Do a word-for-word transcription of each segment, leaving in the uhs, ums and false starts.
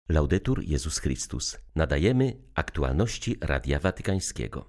Laudetur Jezus Chrystus. Nadajemy aktualności Radia Watykańskiego.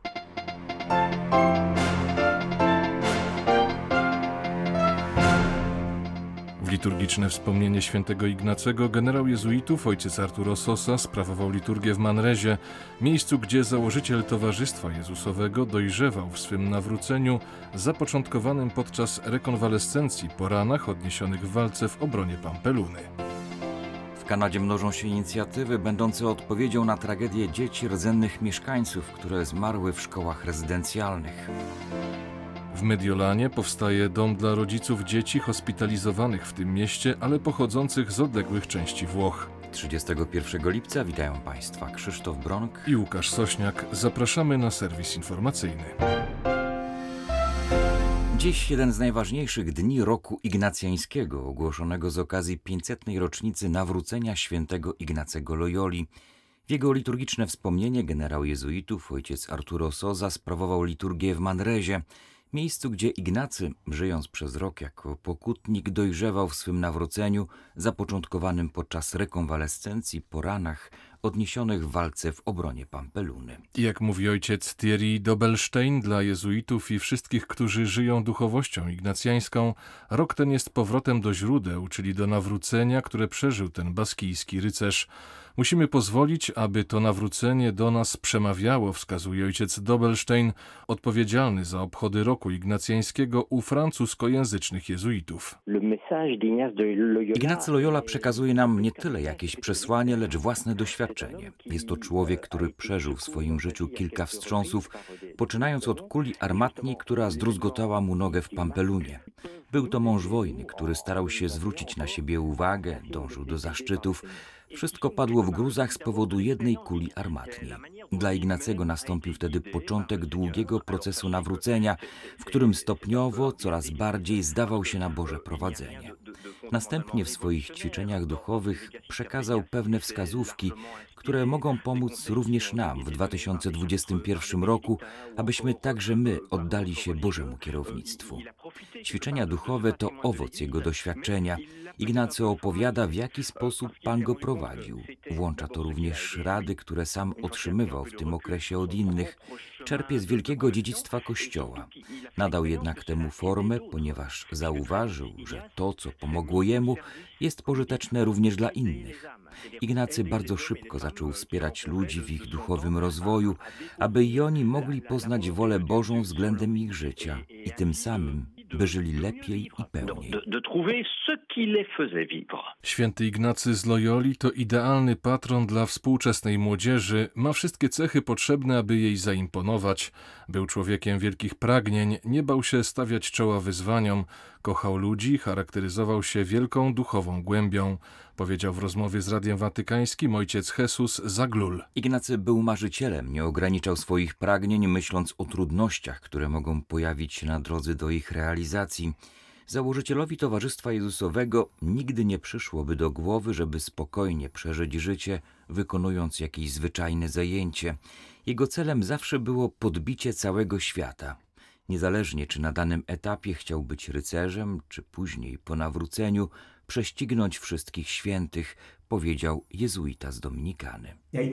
W liturgiczne wspomnienie świętego Ignacego generał jezuitów ojciec Arturo Sosa sprawował liturgię w Manrezie, miejscu, gdzie założyciel Towarzystwa Jezusowego dojrzewał w swym nawróceniu zapoczątkowanym podczas rekonwalescencji po ranach odniesionych w walce w obronie Pampeluny. W Kanadzie mnożą się inicjatywy będące odpowiedzią na tragedię dzieci rdzennych mieszkańców, które zmarły w szkołach rezydencjalnych. W Mediolanie powstaje dom dla rodziców dzieci hospitalizowanych w tym mieście, ale pochodzących z odległych części Włoch. trzydziestego pierwszego lipca witają Państwa Krzysztof Bronk i Łukasz Sośniak. Zapraszamy na serwis informacyjny. Dziś jeden z najważniejszych dni roku ignacjańskiego, ogłoszonego z okazji pięćsetnej rocznicy nawrócenia świętego Ignacego Loyoli. W jego liturgiczne wspomnienie generał jezuitów ojciec Arturo Sosa sprawował liturgię w Manrezie, miejscu, gdzie Ignacy, żyjąc przez rok jako pokutnik, dojrzewał w swym nawróceniu zapoczątkowanym podczas rekonwalescencji po ranach odniesionych w walce w obronie Pampeluny. Jak mówi ojciec Thierry Dobelstein, dla jezuitów i wszystkich, którzy żyją duchowością ignacjańską, rok ten jest powrotem do źródeł, czyli do nawrócenia, które przeżył ten baskijski rycerz. Musimy pozwolić, aby to nawrócenie do nas przemawiało, wskazuje ojciec Dobelstein, odpowiedzialny za obchody roku ignacjańskiego u francuskojęzycznych jezuitów. Ignacy Loyola przekazuje nam nie tyle jakieś przesłanie, lecz własne doświadczenie. Jest to człowiek, który przeżył w swoim życiu kilka wstrząsów, poczynając od kuli armatniej, która zdruzgotała mu nogę w Pampelunie. Był to mąż wojny, który starał się zwrócić na siebie uwagę, dążył do zaszczytów. Wszystko padło w gruzach z powodu jednej kuli armatniej. Dla Ignacego nastąpił wtedy początek długiego procesu nawrócenia, w którym stopniowo, coraz bardziej zdawał się na Boże prowadzenie. Następnie w swoich ćwiczeniach duchowych przekazał pewne wskazówki, które mogą pomóc również nam w dwa tysiące dwudziestym pierwszym roku, abyśmy także my oddali się Bożemu kierownictwu. Ćwiczenia duchowe to owoc jego doświadczenia. Ignacy opowiada, w jaki sposób Pan go prowadził. Włącza to również rady, które sam otrzymywał w tym okresie od innych. Czerpie z wielkiego dziedzictwa Kościoła. Nadał jednak temu formę, ponieważ zauważył, że to, co pomogło jemu, jest pożyteczne również dla innych. Ignacy bardzo szybko zaczął wspierać ludzi w ich duchowym rozwoju, aby i oni mogli poznać wolę Bożą względem ich życia i tym samym by żyli lepiej i pełniej. Święty Ignacy z Loyoli to idealny patron dla współczesnej młodzieży. Ma wszystkie cechy potrzebne, aby jej zaimponować. Był człowiekiem wielkich pragnień, nie bał się stawiać czoła wyzwaniom, kochał ludzi, charakteryzował się wielką duchową głębią, powiedział w rozmowie z Radiem Watykańskim ojciec Jesus Zaglul. Ignacy był marzycielem, nie ograniczał swoich pragnień, myśląc o trudnościach, które mogą pojawić się na drodze do ich realizacji. Założycielowi Towarzystwa Jezusowego nigdy nie przyszłoby do głowy, żeby spokojnie przeżyć życie, wykonując jakieś zwyczajne zajęcie. Jego celem zawsze było podbicie całego świata. Niezależnie czy na danym etapie chciał być rycerzem, czy później po nawróceniu prześcignąć wszystkich świętych, powiedział jezuita z Dominikany.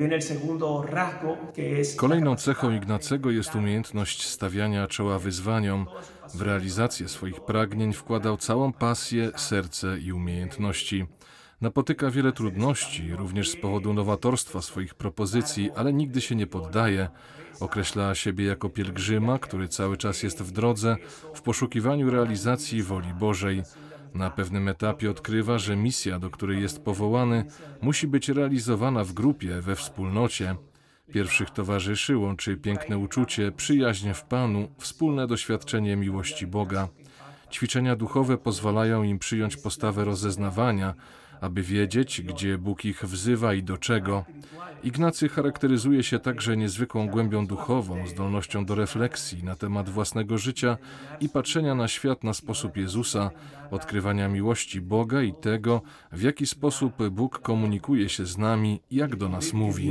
Kolejną cechą Ignacego jest umiejętność stawiania czoła wyzwaniom. W realizację swoich pragnień wkładał całą pasję, serce i umiejętności. Napotyka wiele trudności, również z powodu nowatorstwa swoich propozycji, ale nigdy się nie poddaje. Określa siebie jako pielgrzyma, który cały czas jest w drodze, w poszukiwaniu realizacji woli Bożej. Na pewnym etapie odkrywa, że misja, do której jest powołany, musi być realizowana w grupie, we wspólnocie. Pierwszych towarzyszy łączy piękne uczucie, przyjaźń w Panu, wspólne doświadczenie miłości Boga. Ćwiczenia duchowe pozwalają im przyjąć postawę rozeznawania, aby wiedzieć, gdzie Bóg ich wzywa i do czego. Ignacy charakteryzuje się także niezwykłą głębią duchową, zdolnością do refleksji na temat własnego życia i patrzenia na świat na sposób Jezusa, odkrywania miłości Boga i tego, w jaki sposób Bóg komunikuje się z nami, jak do nas mówi.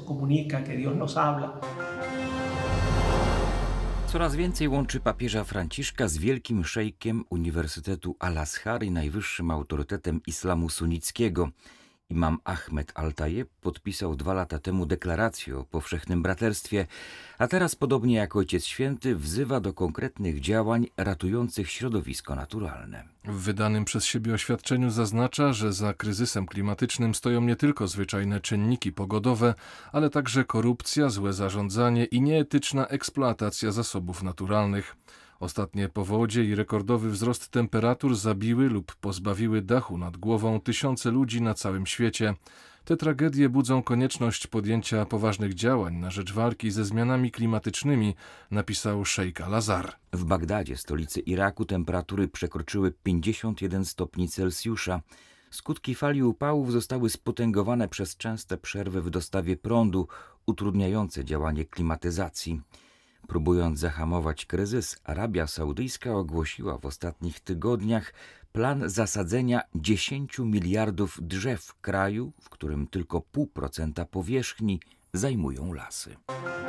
Coraz więcej łączy papieża Franciszka z wielkim szejkiem Uniwersytetu Al-Azhar i najwyższym autorytetem islamu sunnickiego. Imam Ahmed Al-Tajeb podpisał dwa lata temu deklarację o powszechnym braterstwie, a teraz, podobnie jak Ojciec Święty, wzywa do konkretnych działań ratujących środowisko naturalne. W wydanym przez siebie oświadczeniu zaznacza, że za kryzysem klimatycznym stoją nie tylko zwyczajne czynniki pogodowe, ale także korupcja, złe zarządzanie i nieetyczna eksploatacja zasobów naturalnych. Ostatnie powodzie i rekordowy wzrost temperatur zabiły lub pozbawiły dachu nad głową tysiące ludzi na całym świecie. Te tragedie budzą konieczność podjęcia poważnych działań na rzecz walki ze zmianami klimatycznymi, napisał szejk Al-Azhar. W Bagdadzie, stolicy Iraku, temperatury przekroczyły pięćdziesiąt jeden stopni Celsjusza. Skutki fali upałów zostały spotęgowane przez częste przerwy w dostawie prądu, utrudniające działanie klimatyzacji. Próbując zahamować kryzys, Arabia Saudyjska ogłosiła w ostatnich tygodniach plan zasadzenia dziesięciu miliardów drzew w kraju, w którym tylko pół procenta powierzchni zajmują lasy.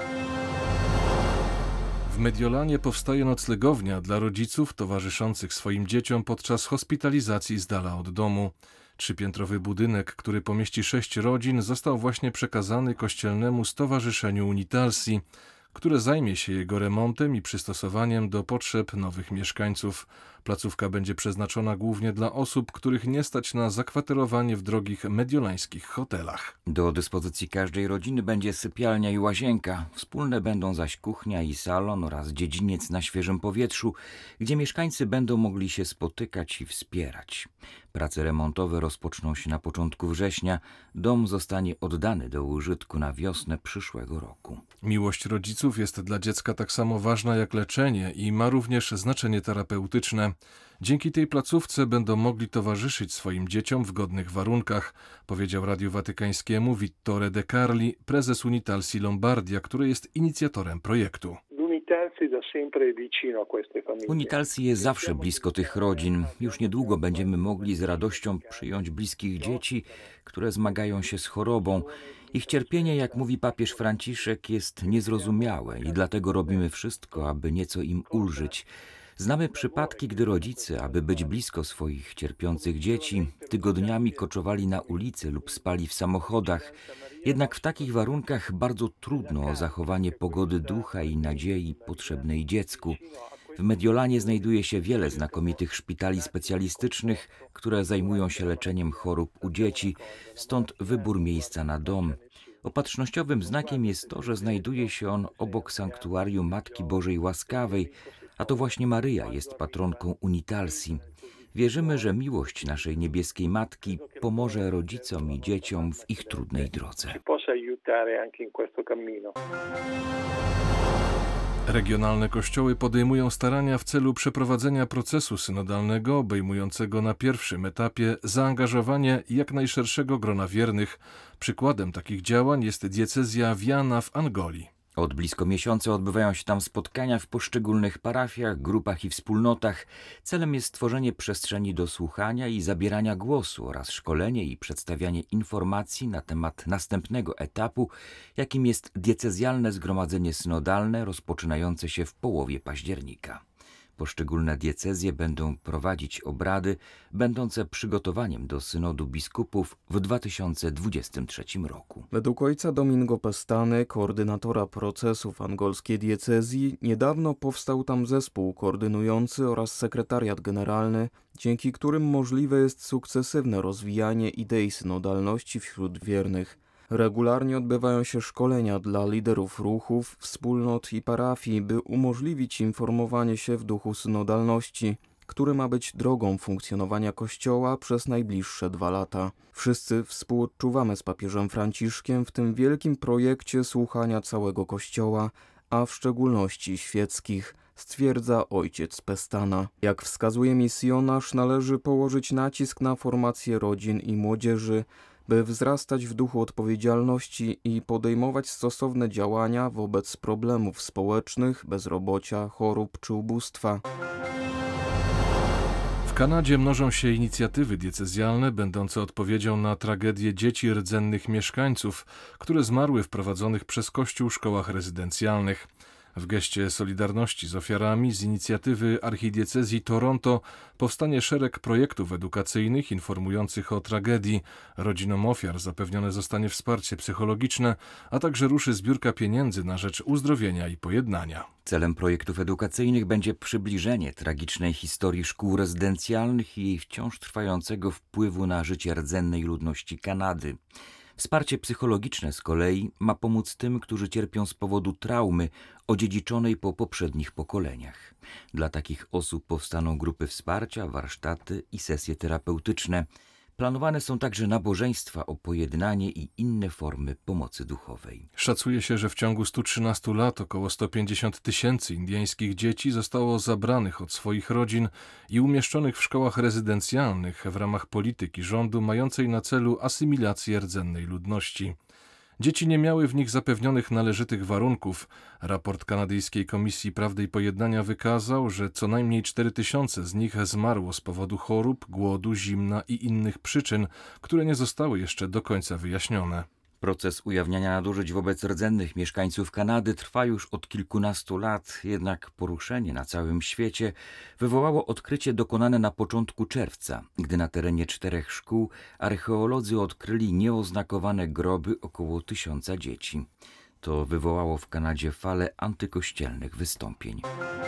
W Mediolanie powstaje noclegownia dla rodziców towarzyszących swoim dzieciom podczas hospitalizacji z dala od domu. Trzypiętrowy budynek, który pomieści sześć rodzin, został właśnie przekazany kościelnemu stowarzyszeniu Unitalsi, które zajmie się jego remontem i przystosowaniem do potrzeb nowych mieszkańców. Placówka będzie przeznaczona głównie dla osób, których nie stać na zakwaterowanie w drogich mediolańskich hotelach. Do dyspozycji każdej rodziny będzie sypialnia i łazienka. Wspólne będą zaś kuchnia i salon oraz dziedziniec na świeżym powietrzu, gdzie mieszkańcy będą mogli się spotykać i wspierać. Prace remontowe rozpoczną się na początku września. Dom zostanie oddany do użytku na wiosnę przyszłego roku. Miłość rodziców jest dla dziecka tak samo ważna jak leczenie i ma również znaczenie terapeutyczne. Dzięki tej placówce będą mogli towarzyszyć swoim dzieciom w godnych warunkach, powiedział Radiu Watykańskiemu Vittore De Carli, prezes Unitalsi Lombardia, który jest inicjatorem projektu. Unitalsi jest zawsze blisko tych rodzin. Już niedługo będziemy mogli z radością przyjąć bliskich dzieci, które zmagają się z chorobą. Ich cierpienie, jak mówi papież Franciszek, jest niezrozumiałe i dlatego robimy wszystko, aby nieco im ulżyć. Znamy przypadki, gdy rodzice, aby być blisko swoich cierpiących dzieci, tygodniami koczowali na ulicy lub spali w samochodach. Jednak w takich warunkach bardzo trudno o zachowanie pogody ducha i nadziei potrzebnej dziecku. W Mediolanie znajduje się wiele znakomitych szpitali specjalistycznych, które zajmują się leczeniem chorób u dzieci, stąd wybór miejsca na dom. Opatrznościowym znakiem jest to, że znajduje się on obok sanktuarium Matki Bożej Łaskawej, a to właśnie Maryja jest patronką Unitalsi. Wierzymy, że miłość naszej niebieskiej Matki pomoże rodzicom i dzieciom w ich trudnej drodze. Regionalne kościoły podejmują starania w celu przeprowadzenia procesu synodalnego obejmującego na pierwszym etapie zaangażowanie jak najszerszego grona wiernych. Przykładem takich działań jest diecezja Viana w Angolii. Od blisko miesiąca odbywają się tam spotkania w poszczególnych parafiach, grupach i wspólnotach. Celem jest stworzenie przestrzeni do słuchania i zabierania głosu oraz szkolenie i przedstawianie informacji na temat następnego etapu, jakim jest diecezjalne zgromadzenie synodalne rozpoczynające się w połowie października. Poszczególne diecezje będą prowadzić obrady będące przygotowaniem do synodu biskupów w dwa tysiące dwudziestym trzecim roku. Według ojca Domingo Pestany, koordynatora procesów angolskiej diecezji, niedawno powstał tam zespół koordynujący oraz sekretariat generalny, dzięki którym możliwe jest sukcesywne rozwijanie idei synodalności wśród wiernych. Regularnie odbywają się szkolenia dla liderów ruchów, wspólnot i parafii, by umożliwić informowanie się w duchu synodalności, który ma być drogą funkcjonowania Kościoła przez najbliższe dwa lata. Wszyscy współodczuwamy z papieżem Franciszkiem w tym wielkim projekcie słuchania całego Kościoła, a w szczególności świeckich, stwierdza ojciec Pestana. Jak wskazuje misjonarz, należy położyć nacisk na formację rodzin i młodzieży, by wzrastać w duchu odpowiedzialności i podejmować stosowne działania wobec problemów społecznych, bezrobocia, chorób czy ubóstwa. W Kanadzie mnożą się inicjatywy diecezjalne będące odpowiedzią na tragedię dzieci rdzennych mieszkańców, które zmarły w prowadzonych przez Kościół szkołach rezydencjalnych. W geście solidarności z ofiarami z inicjatywy archidiecezji Toronto powstanie szereg projektów edukacyjnych informujących o tragedii. Rodzinom ofiar zapewnione zostanie wsparcie psychologiczne, a także ruszy zbiórka pieniędzy na rzecz uzdrowienia i pojednania. Celem projektów edukacyjnych będzie przybliżenie tragicznej historii szkół rezydencjalnych i jej wciąż trwającego wpływu na życie rdzennej ludności Kanady. Wsparcie psychologiczne z kolei ma pomóc tym, którzy cierpią z powodu traumy odziedziczonej po poprzednich pokoleniach. Dla takich osób powstaną grupy wsparcia, warsztaty i sesje terapeutyczne. Planowane są także nabożeństwa o pojednanie i inne formy pomocy duchowej. Szacuje się, że w ciągu stu trzynastu lat około sto pięćdziesiąt tysięcy indyjskich dzieci zostało zabranych od swoich rodzin i umieszczonych w szkołach rezydencjalnych w ramach polityki rządu mającej na celu asymilację rdzennej ludności. Dzieci nie miały w nich zapewnionych należytych warunków. Raport Kanadyjskiej Komisji Prawdy i Pojednania wykazał, że co najmniej cztery tysiące z nich zmarło z powodu chorób, głodu, zimna i innych przyczyn, które nie zostały jeszcze do końca wyjaśnione. Proces ujawniania nadużyć wobec rdzennych mieszkańców Kanady trwa już od kilkunastu lat, jednak poruszenie na całym świecie wywołało odkrycie dokonane na początku czerwca, gdy na terenie czterech szkół archeolodzy odkryli nieoznakowane groby około tysiąca dzieci. To wywołało w Kanadzie falę antykościelnych wystąpień.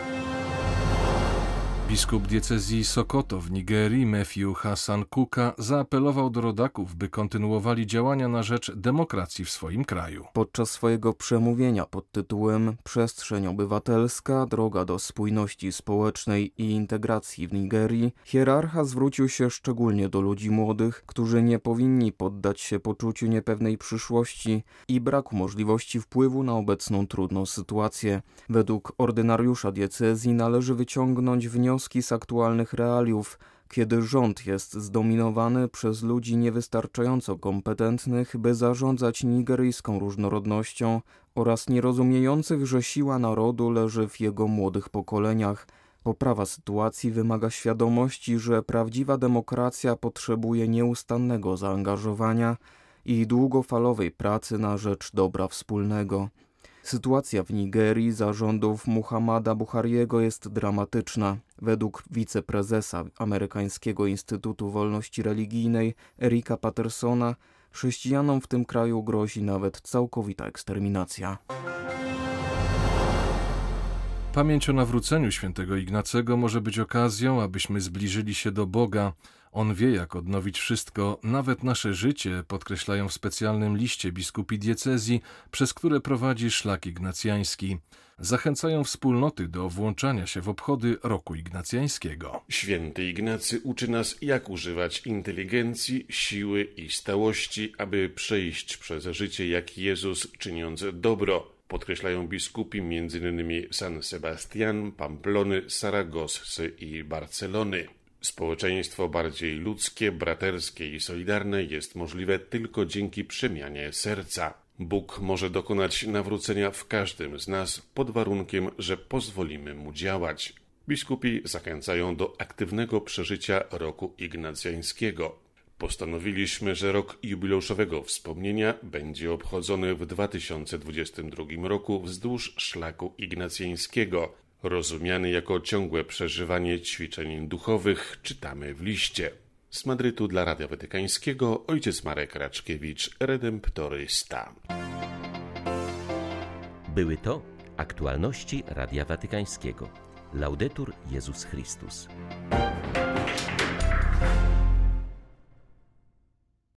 Biskup diecezji Sokoto w Nigerii, Matthew Hassan Kuka, zaapelował do rodaków, by kontynuowali działania na rzecz demokracji w swoim kraju. Podczas swojego przemówienia pod tytułem Przestrzeń obywatelska, droga do spójności społecznej i integracji w Nigerii, hierarcha zwrócił się szczególnie do ludzi młodych, którzy nie powinni poddać się poczuciu niepewnej przyszłości i braku możliwości wpływu na obecną trudną sytuację. Według ordynariusza diecezji należy wyciągnąć wnioski z aktualnych realiów, kiedy rząd jest zdominowany przez ludzi niewystarczająco kompetentnych, by zarządzać nigeryjską różnorodnością oraz nierozumiejących, że siła narodu leży w jego młodych pokoleniach. Poprawa sytuacji wymaga świadomości, że prawdziwa demokracja potrzebuje nieustannego zaangażowania i długofalowej pracy na rzecz dobra wspólnego. Sytuacja w Nigerii za rządów Muhammada Buhariego jest dramatyczna. Według wiceprezesa Amerykańskiego Instytutu Wolności Religijnej Erika Pattersona chrześcijanom w tym kraju grozi nawet całkowita eksterminacja. Pamięć o nawróceniu świętego Ignacego może być okazją, abyśmy zbliżyli się do Boga. On wie, jak odnowić wszystko, nawet nasze życie, podkreślają w specjalnym liście biskupi diecezji, przez które prowadzi szlak ignacjański. Zachęcają wspólnoty do włączania się w obchody roku ignacjańskiego. Święty Ignacy uczy nas, jak używać inteligencji, siły i stałości, aby przejść przez życie jak Jezus, czyniąc dobro. Podkreślają biskupi m.in. San Sebastian, Pamplony, Saragossy i Barcelony. Społeczeństwo bardziej ludzkie, braterskie i solidarne jest możliwe tylko dzięki przemianie serca. Bóg może dokonać nawrócenia w każdym z nas pod warunkiem, że pozwolimy Mu działać. Biskupi zachęcają do aktywnego przeżycia roku ignacjańskiego. Postanowiliśmy, że rok jubileuszowego wspomnienia będzie obchodzony w dwa tysiące dwudziestym drugim roku wzdłuż szlaku ignacjańskiego, rozumiany jako ciągłe przeżywanie ćwiczeń duchowych, czytamy w liście. Z Madrytu dla Radia Watykańskiego ojciec Marek Raczkiewicz, redemptorysta. Były to aktualności Radia Watykańskiego. Laudetur Jezus Chrystus.